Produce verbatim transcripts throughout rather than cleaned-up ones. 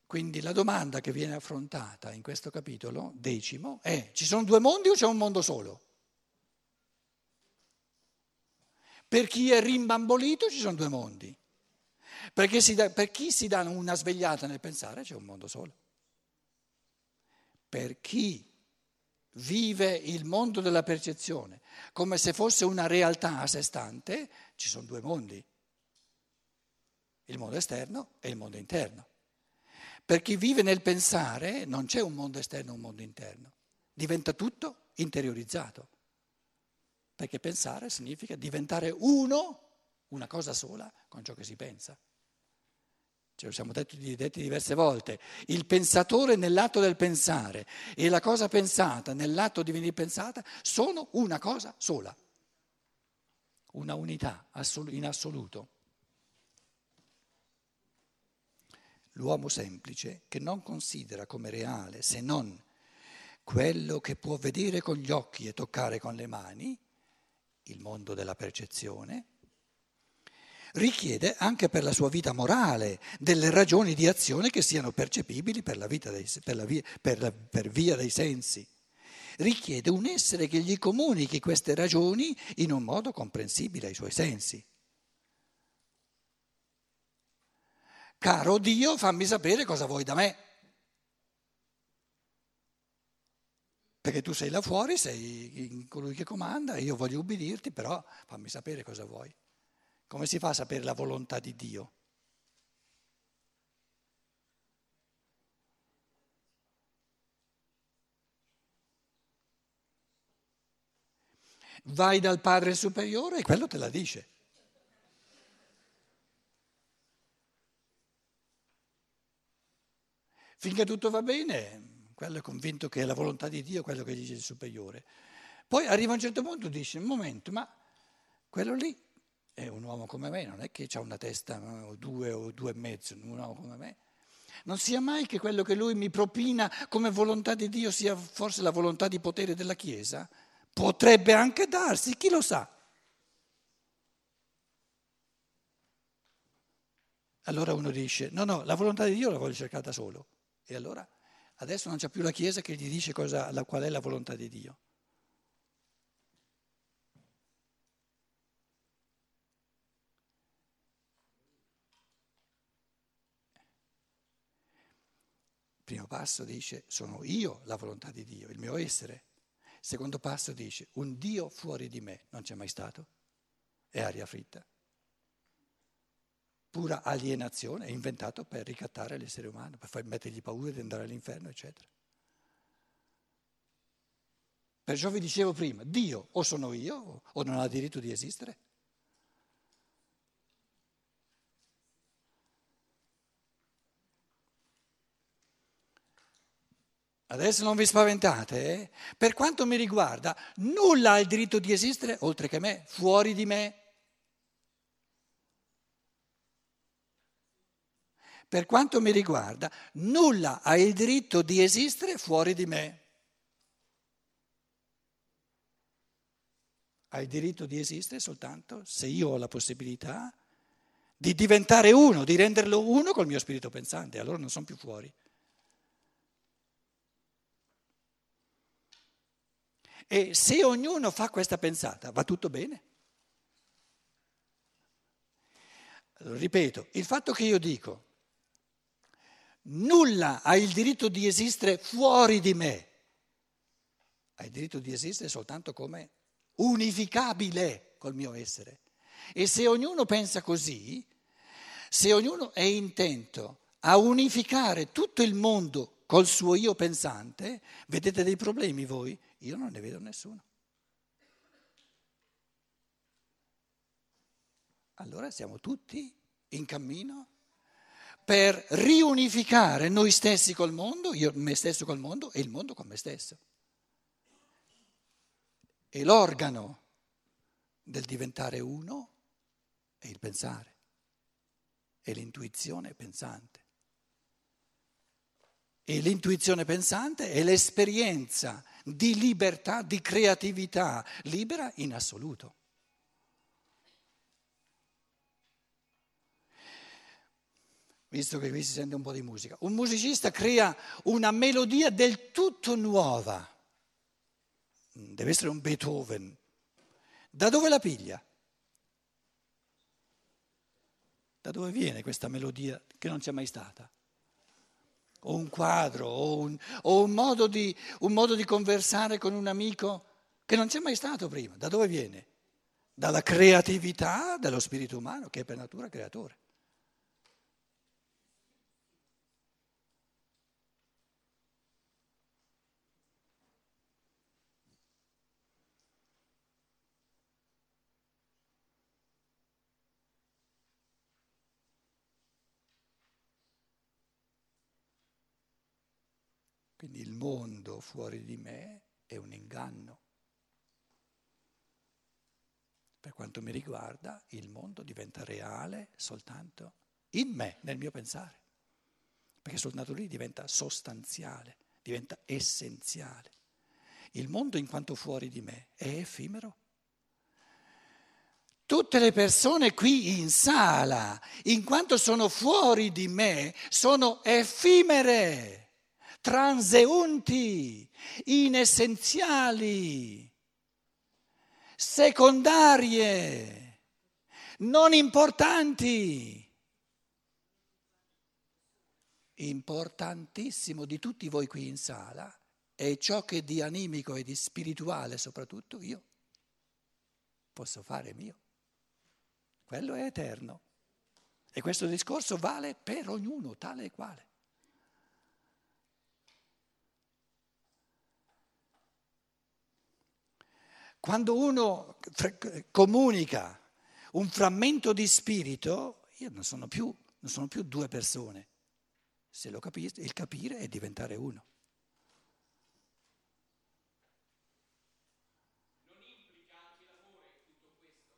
Quindi la domanda che viene affrontata in questo capitolo decimo è: ci sono due mondi o c'è un mondo solo? Per chi è rimbambolito ci sono due mondi, perché si dà, per chi si dà una svegliata nel pensare c'è un mondo solo. Per chi vive il mondo della percezione come se fosse una realtà a sé stante, ci sono due mondi, il mondo esterno e il mondo interno. Per chi vive nel pensare non c'è un mondo esterno e un mondo interno, diventa tutto interiorizzato, perché pensare significa diventare uno, una cosa sola, con ciò che si pensa. Ce lo siamo detti, detti diverse volte, il pensatore nell'atto del pensare e la cosa pensata nell'atto di venire pensata sono una cosa sola, una unità in assoluto. L'uomo semplice che non considera come reale se non quello che può vedere con gli occhi e toccare con le mani, il mondo della percezione, richiede anche per la sua vita morale delle ragioni di azione che siano percepibili per, la vita dei, per, la via, per, la, per via dei sensi. Richiede un essere che gli comunichi queste ragioni in un modo comprensibile ai suoi sensi. Caro Dio, fammi sapere cosa vuoi da me. Perché tu sei là fuori, sei colui che comanda, io voglio ubbidirti, però fammi sapere cosa vuoi. Come si fa a sapere la volontà di Dio? Vai dal Padre Superiore e quello te la dice. Finché tutto va bene, quello è convinto che è la volontà di Dio quello che dice il superiore. Poi arriva a un certo punto e dice, un momento, ma quello lì è un uomo come me, non è che ha una testa o due o due e mezzo, un uomo come me. Non sia mai che quello che lui mi propina come volontà di Dio sia forse la volontà di potere della Chiesa? Potrebbe anche darsi, chi lo sa? Allora uno dice, no, no, la volontà di Dio la voglio cercare da solo. E allora adesso non c'è più la Chiesa che gli dice cosa, la, qual è la volontà di Dio. Il primo passo dice, sono io la volontà di Dio, il mio essere. Il secondo passo dice, un Dio fuori di me non c'è mai stato, è aria fritta. Pura alienazione, è inventato per ricattare l'essere umano, per far mettergli paura di andare all'inferno, eccetera. Perciò vi dicevo prima, Dio o sono io o non ha diritto di esistere. Adesso non vi spaventate, eh? Per quanto mi riguarda, nulla ha il diritto di esistere oltre che me, fuori di me. Per quanto mi riguarda, nulla ha il diritto di esistere fuori di me. Ha il diritto di esistere soltanto se io ho la possibilità di diventare uno, di renderlo uno col mio spirito pensante, allora non sono più fuori. E se ognuno fa questa pensata, va tutto bene. Allora, ripeto, il fatto che io dico nulla ha il diritto di esistere fuori di me, ha il diritto di esistere soltanto come unificabile col mio essere. E se ognuno pensa così, se ognuno è intento a unificare tutto il mondo col suo io pensante, vedete dei problemi voi? Io non ne vedo nessuno. Allora siamo tutti in cammino per riunificare noi stessi col mondo, io me stesso col mondo e il mondo con me stesso. E l'organo del diventare uno è il pensare, è l'intuizione pensante. E l'intuizione pensante è l'esperienza di libertà, di creatività libera in assoluto. visto che qui si sente un po' di musica. Un musicista crea una melodia del tutto nuova. Deve essere un Beethoven. Da dove la piglia? Da dove viene questa melodia che non c'è mai stata? O un quadro, o un, o un modo di, un modo di conversare con un amico che non c'è mai stato prima. Da dove viene? Dalla creatività dello spirito umano, che è per natura creatore. Quindi il mondo fuori di me è un inganno. Per quanto mi riguarda, il mondo diventa reale soltanto in me, nel mio pensare, perché soltanto lì diventa sostanziale, diventa essenziale. Il mondo in quanto fuori di me è effimero. Tutte le persone qui in sala, in quanto sono fuori di me, sono effimere. Transeunti, inessenziali, secondarie, non importanti. Importantissimo di tutti voi qui in sala è ciò che di animico e di spirituale soprattutto io posso fare mio. Quello è eterno. E questo discorso vale per ognuno, tale e quale. Quando uno comunica un frammento di spirito, io non sono più, non sono più due persone. Se lo capisco, il capire è diventare uno. Non implica anche l'amore in tutto questo?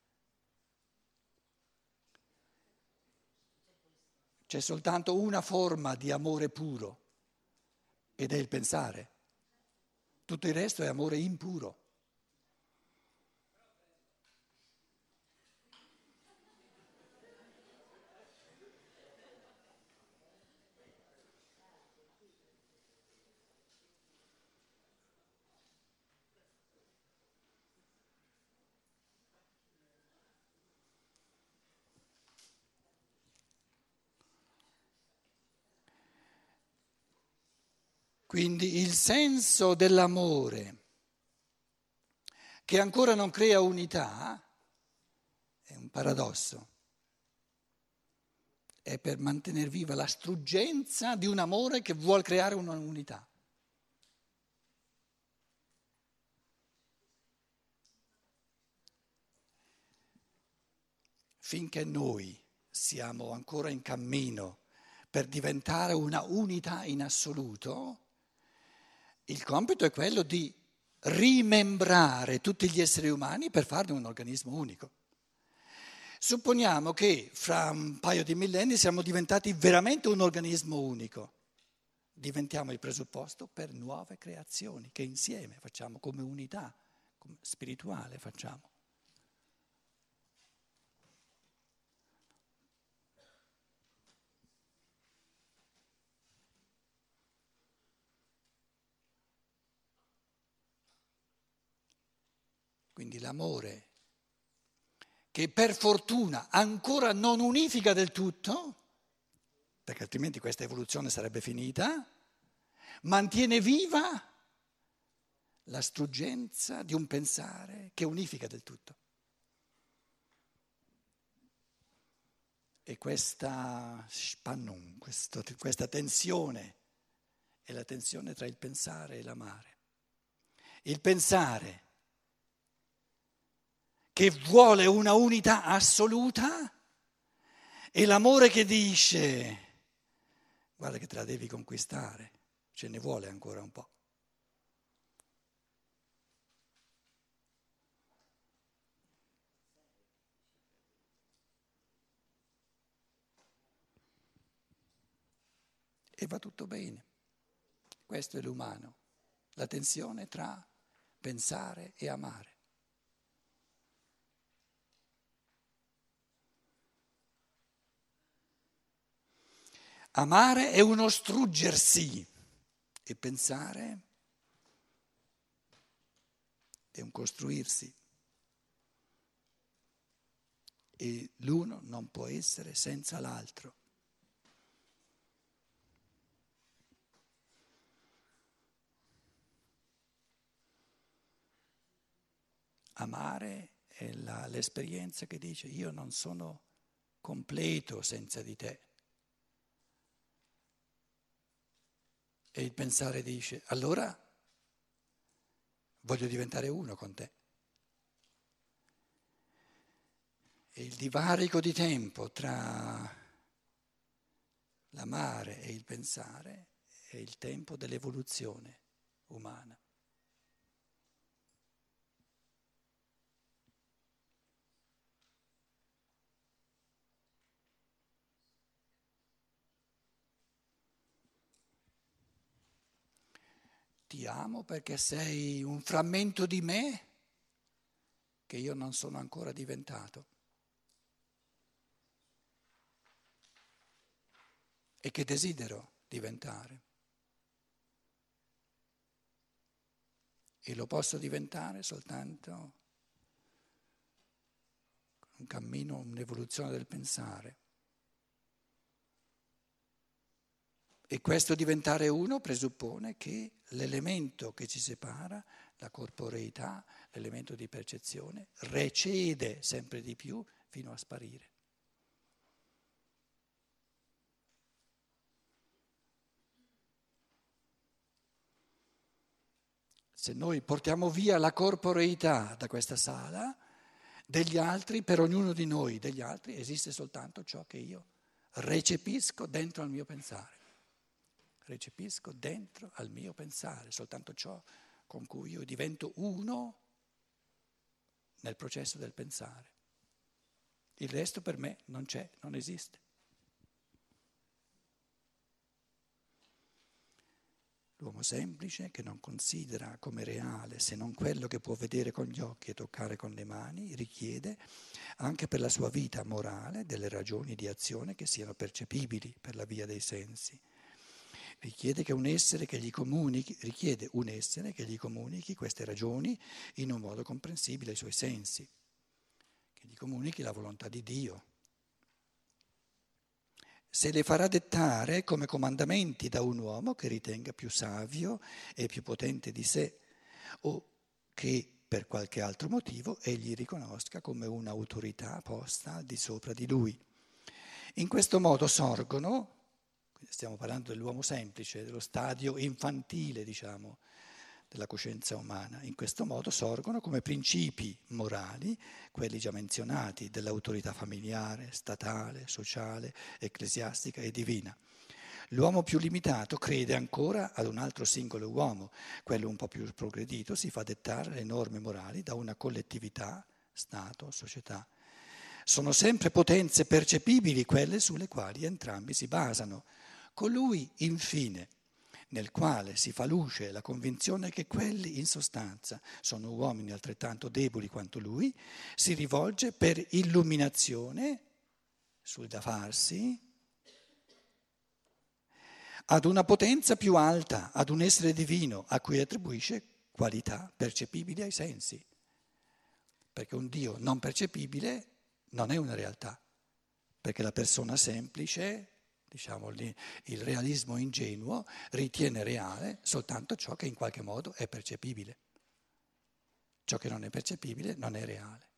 C'è soltanto una forma di amore puro ed è il pensare. Tutto il resto è amore impuro. Quindi il senso dell'amore che ancora non crea unità è un paradosso. È per mantenere viva la struggenza di un amore che vuol creare un'unità. Finché noi siamo ancora in cammino per diventare una unità in assoluto, il compito è quello di rimembrare tutti gli esseri umani per farne un organismo unico. Supponiamo che fra un paio di millenni siamo diventati veramente un organismo unico. Diventiamo il presupposto per nuove creazioni che insieme facciamo come unità come spirituale facciamo. Quindi l'amore che per fortuna ancora non unifica del tutto, perché altrimenti questa evoluzione sarebbe finita, mantiene viva la struggenza di un pensare che unifica del tutto. E questa Spannung, questo, questa tensione è la tensione tra il pensare e l'amare. Il pensare che vuole una unità assoluta e l'amore che dice guarda che te la devi conquistare, ce ne vuole ancora un po'. E va tutto bene. Questo è l'umano, la tensione tra pensare e amare. Amare è uno struggersi e pensare è un costruirsi. E l'uno non può essere senza l'altro. Amare è la, l'esperienza che dice io non sono completo senza di te. E il pensare dice allora voglio diventare uno con te. E il divarico di tempo tra l'amare e il pensare è il tempo dell'evoluzione umana. Ti amo perché sei un frammento di me che io non sono ancora diventato e che desidero diventare. E lo posso diventare soltanto con un cammino, un'evoluzione del pensare. E questo diventare uno presuppone che l'elemento che ci separa, la corporeità, l'elemento di percezione, recede sempre di più fino a sparire. Se noi portiamo via la corporeità da questa sala, degli altri, per ognuno di noi, degli altri, esiste soltanto ciò che io recepisco dentro al mio pensare. Recepisco dentro al mio pensare, soltanto ciò con cui io divento uno nel processo del pensare. Il resto per me non c'è, non esiste. L'uomo semplice che non considera come reale se non quello che può vedere con gli occhi e toccare con le mani, richiede anche per la sua vita morale delle ragioni di azione che siano percepibili per la via dei sensi. Richiede che un essere che gli comunichi, richiede un essere che gli comunichi queste ragioni in un modo comprensibile ai suoi sensi, che gli comunichi la volontà di Dio. Se le farà dettare come comandamenti da un uomo che ritenga più savio e più potente di sé o che per qualche altro motivo egli riconosca come un'autorità posta al di sopra di lui. In questo modo sorgono, stiamo parlando dell'uomo semplice, dello stadio infantile, diciamo, della coscienza umana, in questo modo sorgono come principi morali, quelli già menzionati, dell'autorità familiare, statale, sociale, ecclesiastica e divina. L'uomo più limitato crede ancora ad un altro singolo uomo, quello un po' più progredito si fa dettare le norme morali da una collettività, Stato, società. Sono sempre potenze percepibili quelle sulle quali entrambi si basano. Colui, infine, nel quale si fa luce la convinzione che quelli in sostanza sono uomini altrettanto deboli quanto lui, si rivolge per illuminazione sul da farsi ad una potenza più alta, ad un essere divino a cui attribuisce qualità percepibili ai sensi. Perché un Dio non percepibile non è una realtà, perché la persona semplice, diciamo il realismo ingenuo, ritiene reale soltanto ciò che in qualche modo è percepibile. Ciò che non è percepibile non è reale.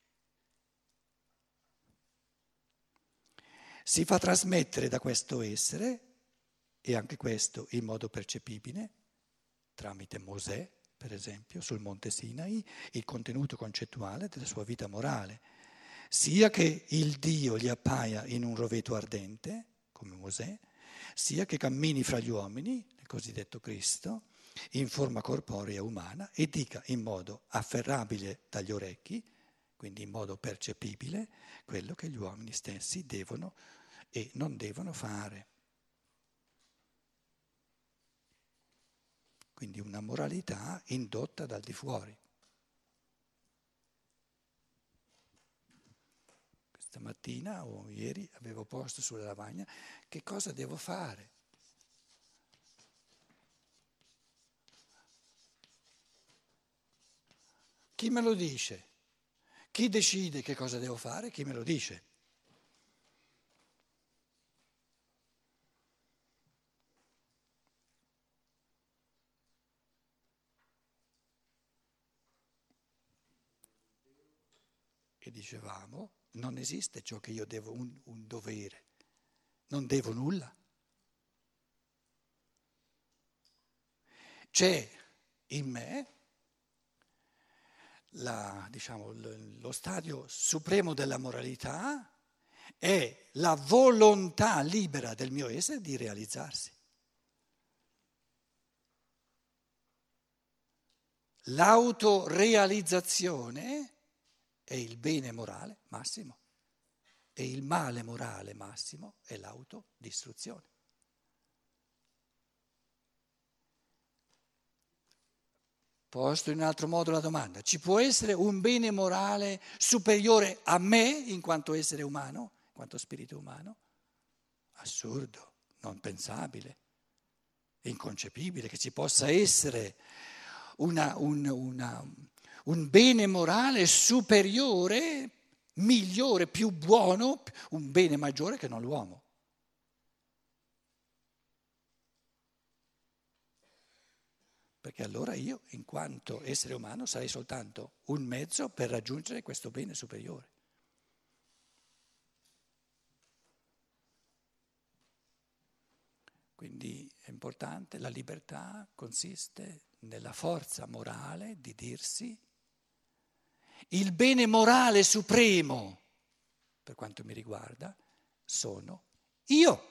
Si fa trasmettere da questo essere, e anche questo in modo percepibile, tramite Mosè, per esempio, sul Monte Sinai, il contenuto concettuale della sua vita morale, sia che il Dio gli appaia in un roveto ardente, come Mosè, sia che cammini fra gli uomini, il cosiddetto Cristo, in forma corporea umana e dica in modo afferrabile dagli orecchi, quindi in modo percepibile, quello che gli uomini stessi devono e non devono fare. Quindi una moralità indotta dal di fuori. stamattina o ieri avevo posto sulla lavagna, che cosa devo fare? Chi me lo dice? Chi decide che cosa devo fare? Chi me lo dice? E dicevamo, non esiste ciò che io devo, un, un dovere, non devo nulla. C'è in me la, diciamo, lo stadio supremo della moralità è la volontà libera del mio essere di realizzarsi. L'autorealizzazione è il bene morale massimo e il male morale massimo è l'autodistruzione. Posto in un altro modo la domanda, ci può essere un bene morale superiore a me in quanto essere umano, in quanto spirito umano? Assurdo, non pensabile, inconcepibile che ci possa essere una, un, una, un bene morale superiore, migliore, più buono, un bene maggiore che non l'uomo. Perché allora io, in quanto essere umano, sarei soltanto un mezzo per raggiungere questo bene superiore. Quindi è importante, la libertà consiste nella forza morale di dirsi il bene morale supremo, per quanto mi riguarda, sono io.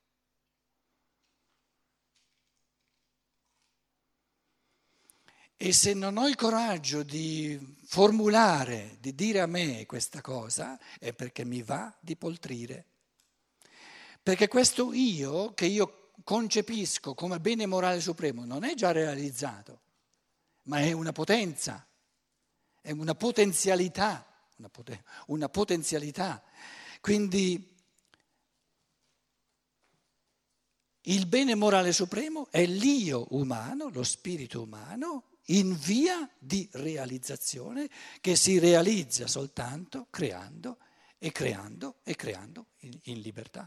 E se non ho il coraggio di formulare, di dire a me questa cosa, è perché mi va di poltrire. Perché questo io, che io concepisco come bene morale supremo, non è già realizzato, ma è una potenza, è una potenzialità, una, poten- una potenzialità. Quindi il bene morale supremo è l'io umano, lo spirito umano, in via di realizzazione, che si realizza soltanto creando e creando e creando in, in libertà.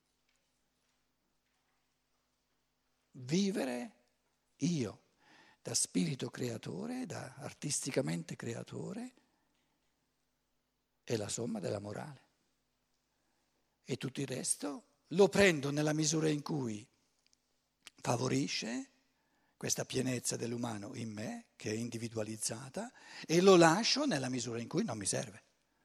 Vivere io da spirito creatore, da artisticamente creatore, è la somma della morale. E tutto il resto lo prendo nella misura in cui favorisce questa pienezza dell'umano in me, che è individualizzata, e lo lascio nella misura in cui non mi serve.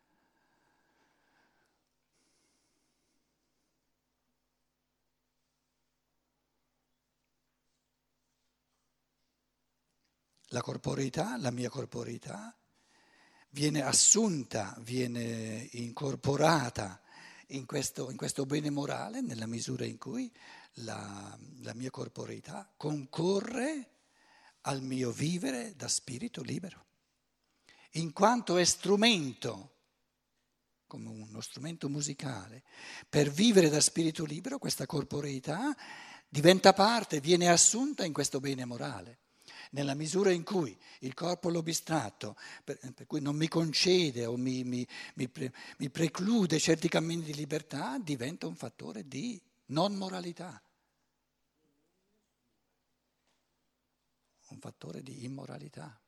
La corporeità, la mia corporeità, viene assunta, viene incorporata in questo, in questo bene morale nella misura in cui la, la mia corporeità concorre al mio vivere da spirito libero, in quanto è strumento, come uno strumento musicale, per vivere da spirito libero questa corporeità diventa parte, viene assunta in questo bene morale. Nella misura in cui il corpo l'obistratto, per, per cui non mi concede o mi, mi, mi, pre, mi preclude certi cammini di libertà, diventa un fattore di non moralità, un fattore di immoralità.